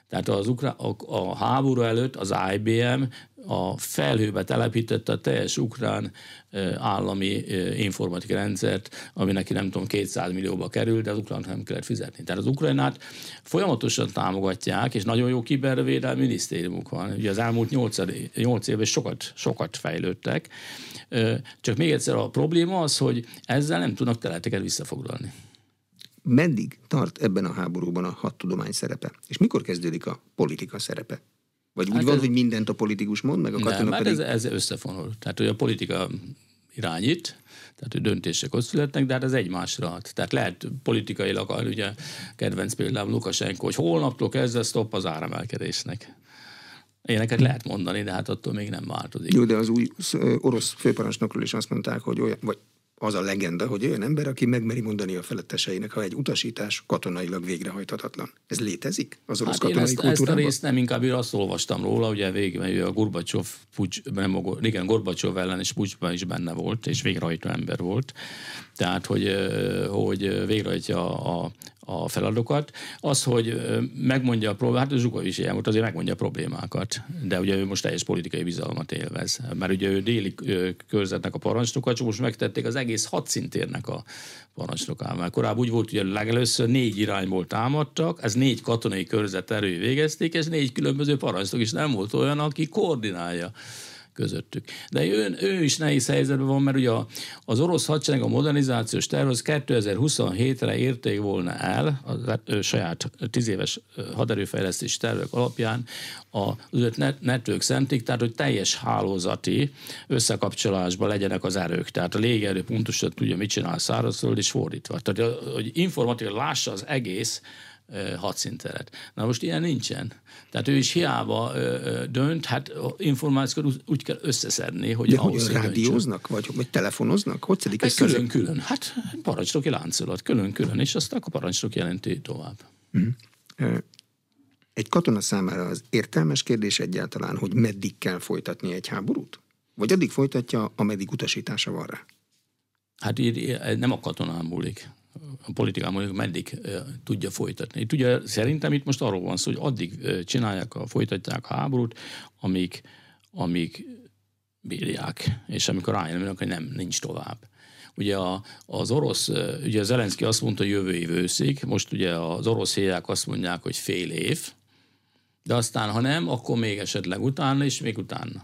Tehát az ukrán, a, a háború előtt az I B M a felhőbe telepítette a teljes ukrán állami informatikai rendszert, ami neki nem tudom, kétszáz millióba kerül, de az ukránnak nem kellett fizetni. Tehát az Ukrajnát folyamatosan támogatják, és nagyon jó kibervédelmi minisztériumuk van. Ugye az elmúlt nyolc évben sokat, sokat fejlődtek. Csak még egyszer a probléma az, hogy ezzel nem tudnak területeket visszafoglalni. Meddig tart ebben a háborúban a hadtudomány szerepe? És mikor kezdődik a politika szerepe? Vagy úgy hát van, ez, hogy mindent a politikus mond, meg a katona nem, pedig... ez, ez összefonul. Tehát, hogy a politika irányít, tehát, hogy döntések ott születnek, de hát ez egymásra hat. Tehát lehet politikailag, ugye kedvenc például Lukasenko, hogy holnaptól kezdve stop az áremelkedésnek. Ilyeneket lehet mondani, de hát attól még nem változik. Jó, de az új orosz főparancsnokról is azt mondták, hogy olyan, vagy az a legenda, hogy olyan ember, aki megmeri mondani a feletteseinek, ha egy utasítás katonailag végrehajthatatlan. Ez létezik az orosz hát katonai ezt, kultúrában? Ezt a részt nem, inkább azt olvastam róla, ugye végül a Gorbacsov, pucs, nem, igen, Gorbacsov ellen és pucsban is benne volt, és végrehajtó ember volt. Tehát, hogy, hogy végrehajtja a, a feladatokat. Az, hogy megmondja a problémát, hát Zsukov is ilyen volt, azért megmondja a problémákat. De ugye ő most teljes politikai bizalmat élvez. Mert ugye ő déli körzetnek a parancsnoka, csak most megtették az egész hadszintérnek a parancsnokával. Korábban úgy volt, hogy legelőször négy irányból támadtak, ez négy katonai körzet erői végezték, és négy különböző parancsnok is nem volt olyan, aki koordinálja közöttük. De ő, ő is nehéz helyzetben van, mert ugye az orosz hadsereg a modernizációs terv az kétezer-huszonhétre érték volna el a, a saját tíz éves haderőfejlesztési tervek alapján az network centric, tehát hogy teljes hálózati összekapcsolásban legyenek az erők. Tehát a légierő pontosan tudja, mit csinál szárazföld, és fordítva. Tehát, hogy informatika lássa az egész hadszinteret. Na most ilyen nincsen. Tehát ő is hiába ö, dönt, hát információkat úgy kell összeszedni, hogy... De hogy rádióznak, vagy, vagy telefonoznak? Hogy szedik össze? Külön-külön. Hát parancsnoki láncolat, külön-külön, és aztán a parancsnok jelenti tovább. Uh-huh. Egy katona számára az értelmes kérdés egyáltalán, hogy meddig kell folytatni egy háborút? Vagy addig folytatja, ameddig utasítása van rá? Hát így nem a katonán múlik. A politikán mondjuk meddig e, tudja folytatni. Itt ugye szerintem itt most arról van szó, hogy addig e, csinálják, a, folytatják a háborút, amíg, amíg bírják, és amikor rájönnek, hogy nem, nincs tovább. Ugye a, az orosz, ugye Zelenszky azt mondta, hogy jövő év őszig, most ugye az orosz héják azt mondják, hogy fél év, de aztán, ha nem, akkor még esetleg utána, és még utána.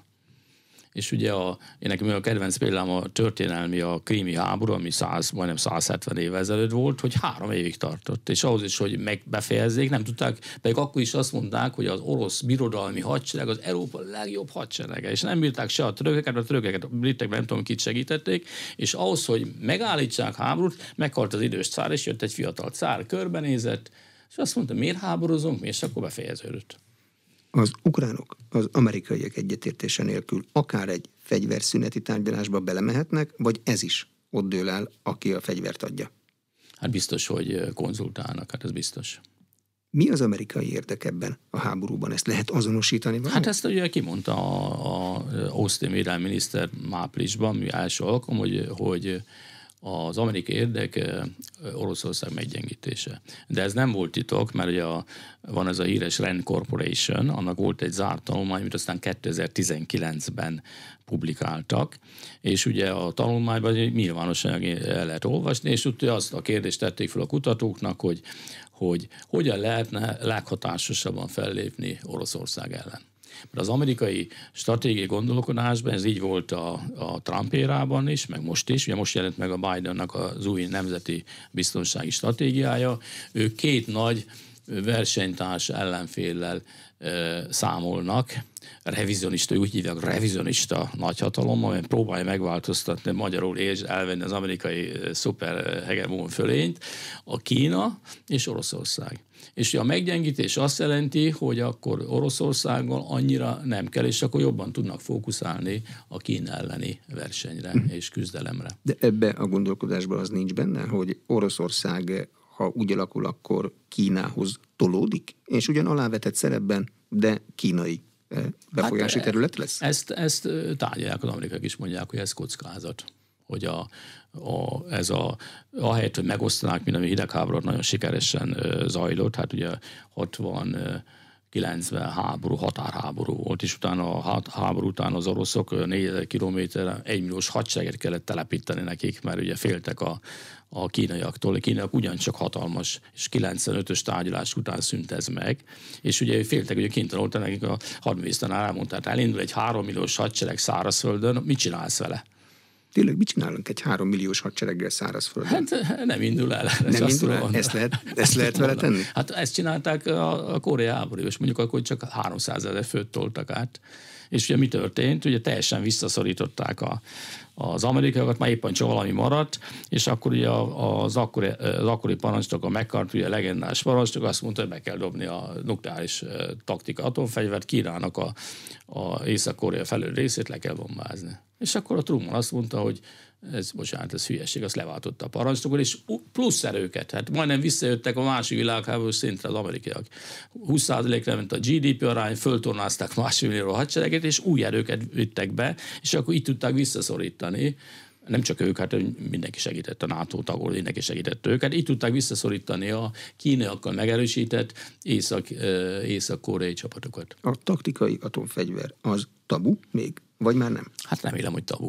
És ugye a, én nekem a kedvenc példám a történelmi, a krími háború, ami száz, majdnem száz hetven évvel ezelőtt volt, hogy három évig tartott. És ahhoz is, hogy megbefejezzék, nem tudták, pedig akkor is azt mondták, hogy az orosz birodalmi hadsereg az Európa legjobb hadserege. És nem bírták se a törököket, a törököket, a britek nem tudom, kit segítették, és ahhoz, hogy megállítsák háborút, meghalt az idős cár, és jött egy fiatal cár, körbenézett, és azt mondta, miért háborozunk, és akkor befejeződött. Az ukránok az amerikaiak egyetértése nélkül akár egy fegyverszüneti tárgyalásba belemehetnek, vagy ez is ott dől el, aki a fegyvert adja? Hát biztos, hogy konzultálnak, hát ez biztos. Mi az amerikai érdek ebben a háborúban? Ezt lehet azonosítani? Valami? Hát ezt ugye kimondta a, a Austin védelmi miniszter máplisban, mi első alkalom, hogy, hogy az amerikai érdek Oroszország meggyengítése. De ez nem volt titok, mert ugye a, van ez a híres Rand Corporation, annak volt egy zárt tanulmány, amit aztán kétezer-tizenkilencben publikáltak, és ugye a tanulmányban nyilvánosan el lehet olvasni, és ugye azt a kérdést tették fel a kutatóknak, hogy, hogy hogyan lehetne leghatásosabban fellépni Oroszország ellen. Mert az amerikai stratégiai gondolkodásban ez így volt a, a Trump érában is, meg most is. Ugye most jelent meg a Bidennek az új nemzeti biztonsági stratégiája. Ő két nagy versenytárs ellenféllel e, számolnak, revizionista, úgy hívják, revizionista nagyhatalom, amely próbálja megváltoztatni magyarul és elvenni az amerikai szuperhegemon fölényt, a Kína és Oroszország. És a meggyengítés azt jelenti, hogy akkor Oroszországgal annyira nem kell, és akkor jobban tudnak fókuszálni a Kína elleni versenyre és küzdelemre. De ebbe a gondolkodásban az nincs benne, hogy Oroszország, ha úgy alakul, akkor Kínához tolódik, és ugyan alávetett szerepben, de kínai befolyási hát terület lesz? Ezt, ezt tárgyalják, az amerikaiak is mondják, hogy ez kockázat. Hogy a, a, ez a, ahelyett, hogy megosztanák, mint ami hidegháborút nagyon sikeresen zajlott, hát ugye hatvankilencben kilencven háború, határháború volt, és utána a háború után az oroszok négyezer kilométerre egymilliós hadsereget kellett telepíteni nekik, mert ugye féltek a, a kínaiaktól. A kínaiak ugyancsak hatalmas, és kilencvenötös tárgyalás után szűnt ez meg, és ugye féltek, hogy kénytelen nekik a hadminiszternál elmondta, tehát elindul egy három milliós hadsereg szárazföldön, mit csinálsz vele? Tényleg mit csinálunk egy három milliós hadsereggel szárazföldön? Hát nem indul el. Nem indul el? Ezt lehet, ezt lehet vele tenni? Hát ezt csinálták a, a koreai háború, és mondjuk akkor csak háromszázezer főt toltak át. És ugye mi történt? Ugye teljesen visszaszorították a, az amerikaiakat, már éppen csak valami maradt, és akkor ugye az akkori, az akkori parancsnok, a McCarthy, a legendás parancsnok azt mondta, hogy meg kell dobni a nukleáris taktika atomfegyvert, Kínának a, a Észak-Korea felül részét le kell bombázni. És akkor a Truman azt mondta, hogy ez, bocsánat, ez hülyeség, azt leváltotta a parancsnokon, és plusz erőket, hát majdnem visszajöttek a második világháború szintre az amerikaiak. húsz százalékra ment a gé dé pé arány, föltornázták másfél millió hadsereget, és új erőket vittek be, és akkor így tudták visszaszorítani. Nem csak ők, hát mindenki segített, a NATO tagok, mindenki segített őket. Így tudták visszaszorítani a kínaiakkal megerősített észak, észak-koreai csapatokat. A taktikai atomfegyver az tabu még, vagy már nem? Hát remélem, hogy tabu.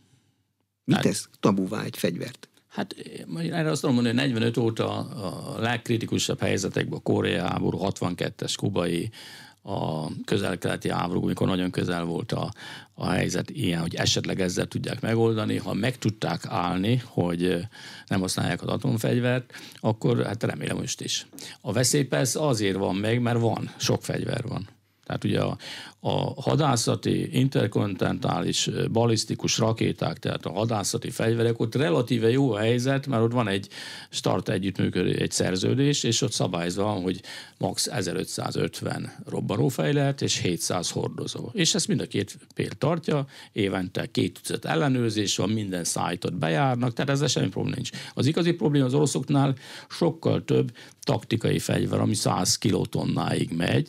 Mit tesz tabuvá egy fegyvert? Hát erre azt mondom, hogy negyvenöt óta a legkritikusabb helyzetekben a koreai háború, hatvankettes kubai, a közel-keleti háború, amikor nagyon közel volt a, a helyzet ilyen, hogy esetleg ezzel tudják megoldani. Ha meg tudták állni, hogy nem használják az atomfegyvert, akkor hát remélem most is. A veszély persze azért van meg, mert van, sok fegyver van. Tehát ugye a, a hadászati, interkontinentális, balisztikus rakéták, tehát a hadászati fegyverek, ott relatíve jó a helyzet, mert ott van egy start együttműködő, egy szerződés, és ott szabályozva van, hogy max. ezerötszázötven robbanófejlet és hétszáz hordozó. És ezt mind a két fél tartja, évente két tucat ellenőrzés van, minden szájtot bejárnak, tehát ezzel semmi probléma nincs. Az igazi probléma az oroszoknál sokkal több taktikai fegyver, ami száz kilotonnáig megy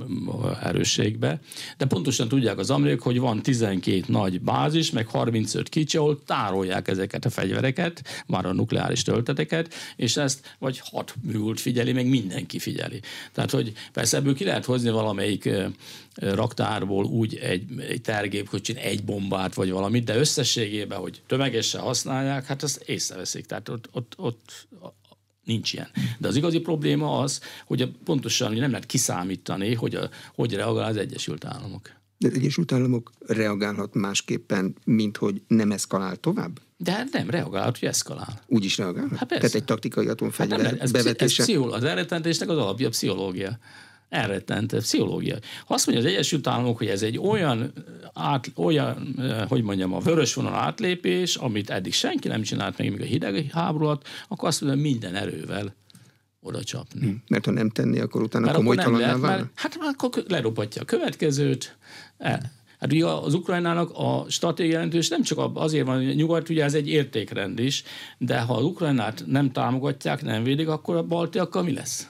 erősségbe, de pontosan tudják az amerikaiak, hogy van tizenkét nagy bázis, meg harmincöt kicsi, ahol tárolják ezeket a fegyvereket, már a nukleáris tölteteket, és ezt vagy hat műhold figyeli, meg mindenki figyeli. Tehát, hogy persze ebből ki lehet hozni valamelyik raktárból úgy egy, egy tergép, hogy csin egy bombát, vagy valamit, de összességében, hogy tömegesen használják, hát azt észreveszik. Tehát ott, ott, ott nincs ilyen. De az igazi probléma az, hogy pontosan hogy nem lehet kiszámítani, hogy, a, hogy reagál az Egyesült Államok. De az Egyesült Államok reagálhat másképpen, mint hogy nem eszkalál tovább? De nem, reagálhat, hogy eszkalál. Úgy is reagálhat? Hát Tehát egy taktikai atomfegyver hát ez, bevetése... Ez pszichol, az elrettentésnek az alapja a pszichológia. Elrettentő pszichológia. Ha azt mondja az Egyesült Államok, hogy ez egy olyan, át, olyan hogy mondjam, a vörös vonal átlépés, amit eddig senki nem csinált meg, még a hidegháború alatt, akkor azt mondja, minden erővel oda csapni. Hmm. Mert ha nem tenni, akkor utána komolytalanná válna? Hát akkor leropatja a következőt. El. Hát ugye az Ukrajnának a stratégia jelentős nem csak azért van, hogy nyugat, ugye ez egy értékrend is, de ha az Ukrajnát nem támogatják, nem védik, akkor a baltiakkal mi lesz?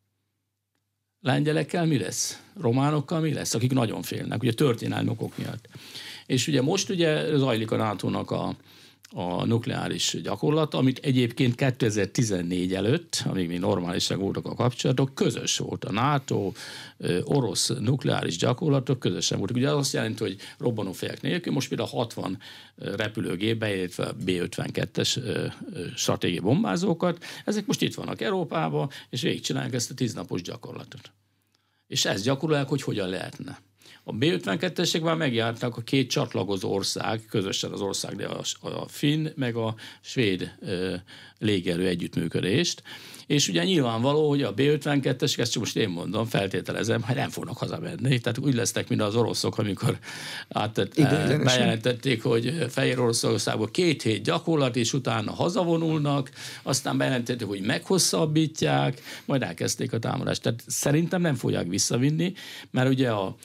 Lengyelekkel mi lesz? Románokkal mi lesz? Akik nagyon félnek, ugye történelmi okok miatt. És ugye most ugye zajlik a nátónak a, a nukleáris gyakorlat, amit egyébként kétezer-tizennégy előtt, amíg még normálisak voltak a kapcsolatok, közös volt a NATO, orosz nukleáris gyakorlatok közösen voltak. Ugye az azt jelenti, hogy robbanófejek nélkül, most például hatvan repülőgép, beértve a bé ötvenkettes stratégiai bombázókat, ezek most itt vannak Európában, és végigcsinálják ezt a tíznapos gyakorlatot. És ezt gyakorolják, hogy hogyan lehetne. A bé ötvenkettesek már megjárták a két csatlakozó ország, közösen az ország, de a, a finn, meg a svéd ö, légerő együttműködést. És ugye nyilvánvaló, hogy a bé ötvenkettesek, ezt csak most én mondom, feltételezem, hogy nem fognak hazamenni. Tehát úgy lesznek, mint az oroszok, amikor átett, bejelentették, hogy Fehér Oroszországból két hét gyakorlat, és utána hazavonulnak, aztán bejelentették, hogy meghosszabbítják, majd elkezdték a támadást. Tehát szerintem nem fogják visszavinni, mert ugye a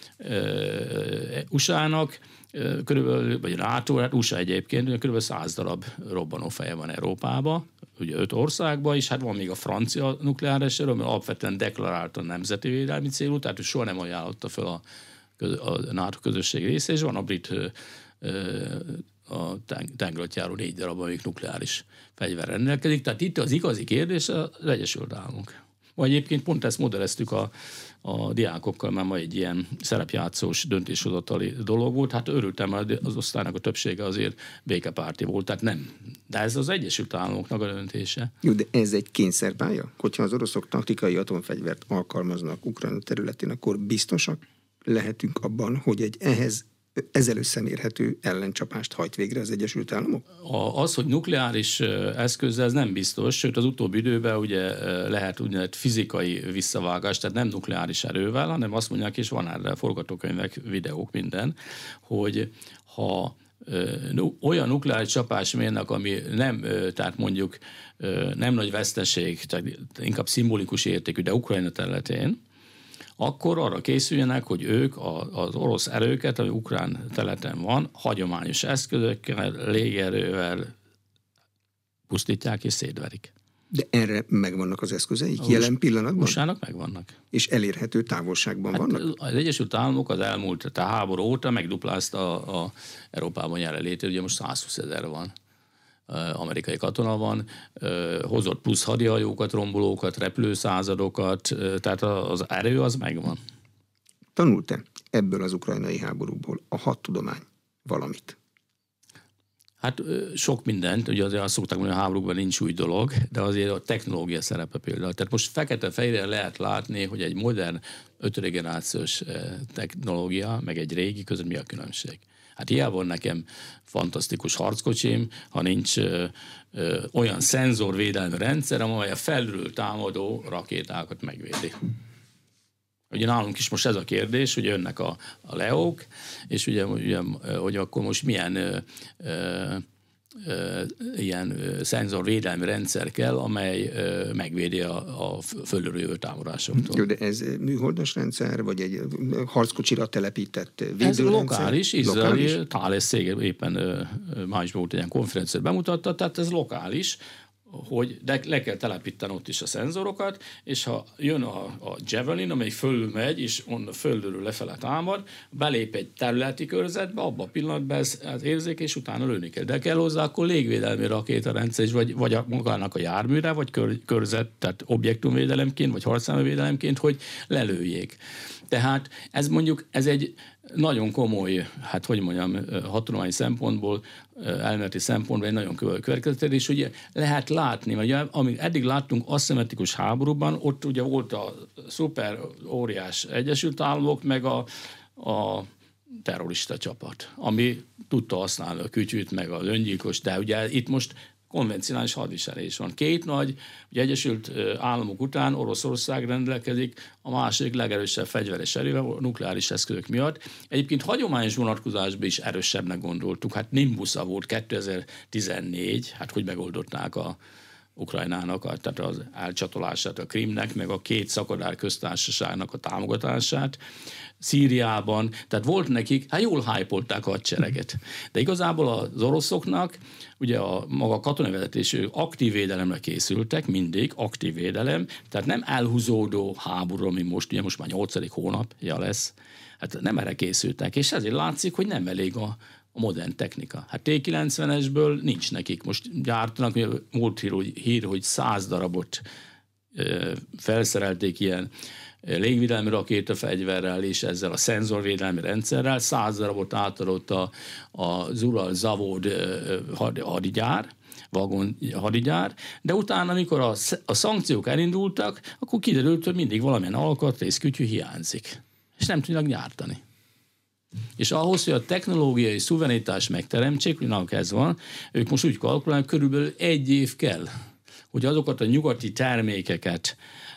u es á-nak körülbelül, vagy NATO, hát u es á egyébként, körülbelül száz darab robbanófeje van Európában, ugye öt országban, és hát van még a francia nukleáris erő, mert alapvetően deklarálta a nemzeti védelmi célú, tehát ő soha nem ajánlotta fel a, a NATO közösség része, és van a brit a tengeralattjáró négy darab, amik nukleáris fegyver rendelkezik. Tehát itt az igazi kérdés az Egyesült Államok. Vagy egyébként pont ezt modelleztük a, a diákokkal, mert ma egy ilyen szerepjátszós döntéshozatali dolog volt. Hát örültem, mert az osztálynak a többsége azért békepárti volt, tehát nem. De ez az Egyesült Államoknak a döntése. Jó, de ez egy kényszerpálya? Hogyha az oroszok taktikai atomfegyvert alkalmaznak Ukrajna területén, akkor biztosak lehetünk abban, hogy egy ehhez ezzel összemérhető ellencsapást hajt végre az Egyesült Államok? Az, hogy nukleáris eszközzel, ez nem biztos, sőt az utóbbi időben ugye lehet úgynevezett fizikai visszavágás, tehát nem nukleáris erővel, hanem azt mondják, és van erre forgatókönyvek, videók, minden, hogy ha olyan nukleáris csapás mérnek, ami nem, tehát mondjuk nem nagy veszteség, tehát inkább szimbolikus értékű, de Ukrajna területén, akkor arra készüljenek, hogy ők az orosz erőket, ami ukrán területen van, hagyományos eszközökkel, légierővel pusztítják és szétverik. De erre megvannak az eszközeik jelen pillanatban? u es á-nak megvannak. És elérhető távolságban hát vannak? Az Egyesült Államok az elmúlt a háború óta megduplázta a, a Európában jelenlétét, ugye most százhúsz ezer van. Amerikai katona van, hozott plusz hadihajókat, rombolókat, repülőszázadokat, tehát az erő az megvan. Tanult-e ebből az ukrajnai háborúból a hadtudomány valamit? Hát sok mindent, ugye azért azt szokták mondani, hogy a háborúkban nincs új dolog, de azért a technológia szerepe például. Tehát most fekete-fehérre lehet látni, hogy egy modern ötödik generációs technológia, meg egy régi között mi a különbség. Hát hiába van nekem fantasztikus harckocsim, ha nincs ö, ö, olyan szenzorvédelmi rendszer, amely a felülről támadó rakétákat megvédi. Ugye nálunk is most ez a kérdés, hogy jönnek a, a leók, és ugye, ugye, hogy akkor most milyen ö, ö, ö, ilyen szenzorvédelmi rendszer kell, amely ö, megvédi a, a fölülről jövő támadásoktól. Jó, de ez műholdas rendszer, vagy egy harckocsira telepített védőrendszer? Ez lokális, izraeli Thales cég éppen ö, májusban volt egy ilyen konferenciát bemutatta, tehát ez lokális, hogy de le kell telepíteni ott is a szenzorokat, és ha jön a, a Javelin, amely fölül megy, és onnan fölülről lefele támad, belép egy területi körzetbe, abban a pillanatban ez, ez érzék, és utána lőni kell. De kell hozzá akkor légvédelmi rakétarendszer is, vagy, vagy a, magának a járműre, vagy kör, körzet, tehát objektumvédelemként, vagy harcszámvédelemként, hogy lelőjék. Tehát ez mondjuk, ez egy nagyon komoly, hát hogy mondjam, hatalmai szempontból, elméleti szempontból egy nagyon következtetés, ugye lehet látni, vagy amíg eddig láttunk aszimmetrikus háborúban, ott ugye volt a szuper óriás Egyesült Államok, meg a, a terrorista csapat, ami tudta használni a kütyűt, meg az öngyilkos, de ugye itt most konvencionális hadviselés van. Két nagy, ugye Egyesült Államok után Oroszország rendelkezik a második legerősebb fegyveres erővel a nukleáris eszközök miatt. Egyébként hagyományos vonatkozásban is erősebbnek gondoltuk. Hát Nimbusza volt kétezer-tizennégy, hát hogy megoldották a Ukrajnának, a, tehát az elcsatolását a Krimnek, meg a két szakadár köztársaságnak a támogatását. Szíriában, tehát volt nekik, hát jól hypolták a hadsereget. De igazából az oroszoknak, ugye a maga katonai vezetésű aktív védelemre készültek, mindig aktív védelem, tehát nem elhúzódó háború, ami most, ugye most már nyolcadik hónapja lesz, hát nem erre készültek, és ezért látszik, hogy nem elég a a modern technika. Hát té kilencvenesből nincs nekik. Most gyártanak, volt hír, hogy, hír, hogy száz darabot ö, felszerelték ilyen légvédelmi rakétafegyverrel és ezzel a szenzorvédelmi rendszerrel, száz darabot átadott a, az Ural Zavod hadigyár, vagon hadigyár, de utána, amikor a, a szankciók elindultak, akkor kiderült, hogy mindig valamilyen alkatrész, kütyű hiányzik, és nem tudnak gyártani. És ahhoz, hogy a technológiai szuverenitás megteremtsék, hogy náluk ez van, ők most úgy kalkulálnak, körülbelül egy év kell, hogy azokat a nyugati termékeket,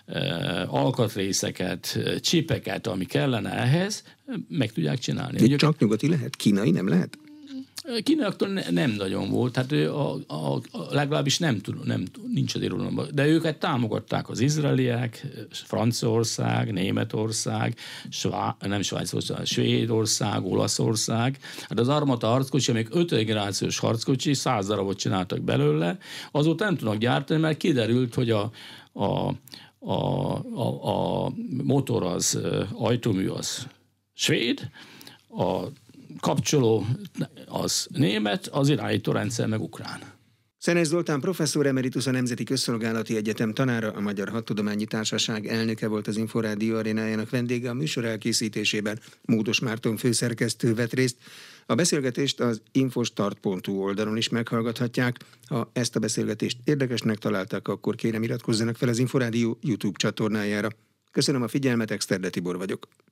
alkatrészeket, csipeket, ami kellene ehhez, meg tudják csinálni. De csak nyugati lehet? Kínai nem lehet? Kínaiaktól ne, nem nagyon volt, tehát a, a, a, legalábbis nem tud, nem, nincs az irodalomban. De őket támogatták az izraeliek, Franciaország, Németország, Svá, nem Svájcország, Svédország, Olaszország. Hát az Armata harckocsi, amik ötödik generációs harckocsi, száz darabot csináltak belőle, azóta nem tudnak gyártani, mert kiderült, hogy a, a, a, a, a motor az, ajtómű az svéd, a kapcsoló az német, az irányító rendszer meg ukrán. Szenes Zoltán professzor emeritus, a Nemzeti Közszolgálati Egyetem tanára, a Magyar Hadtudományi Társaság elnöke volt az Inforádió arénájának vendége. A műsor elkészítésében Módos Márton főszerkesztő vett részt. A beszélgetést az infostart pont hu oldalon is meghallgathatják. Ha ezt a beszélgetést érdekesnek találták, akkor kérem iratkozzanak fel az Inforádió YouTube csatornájára. Köszönöm a figyelmet, Exterde Tibor vagyok.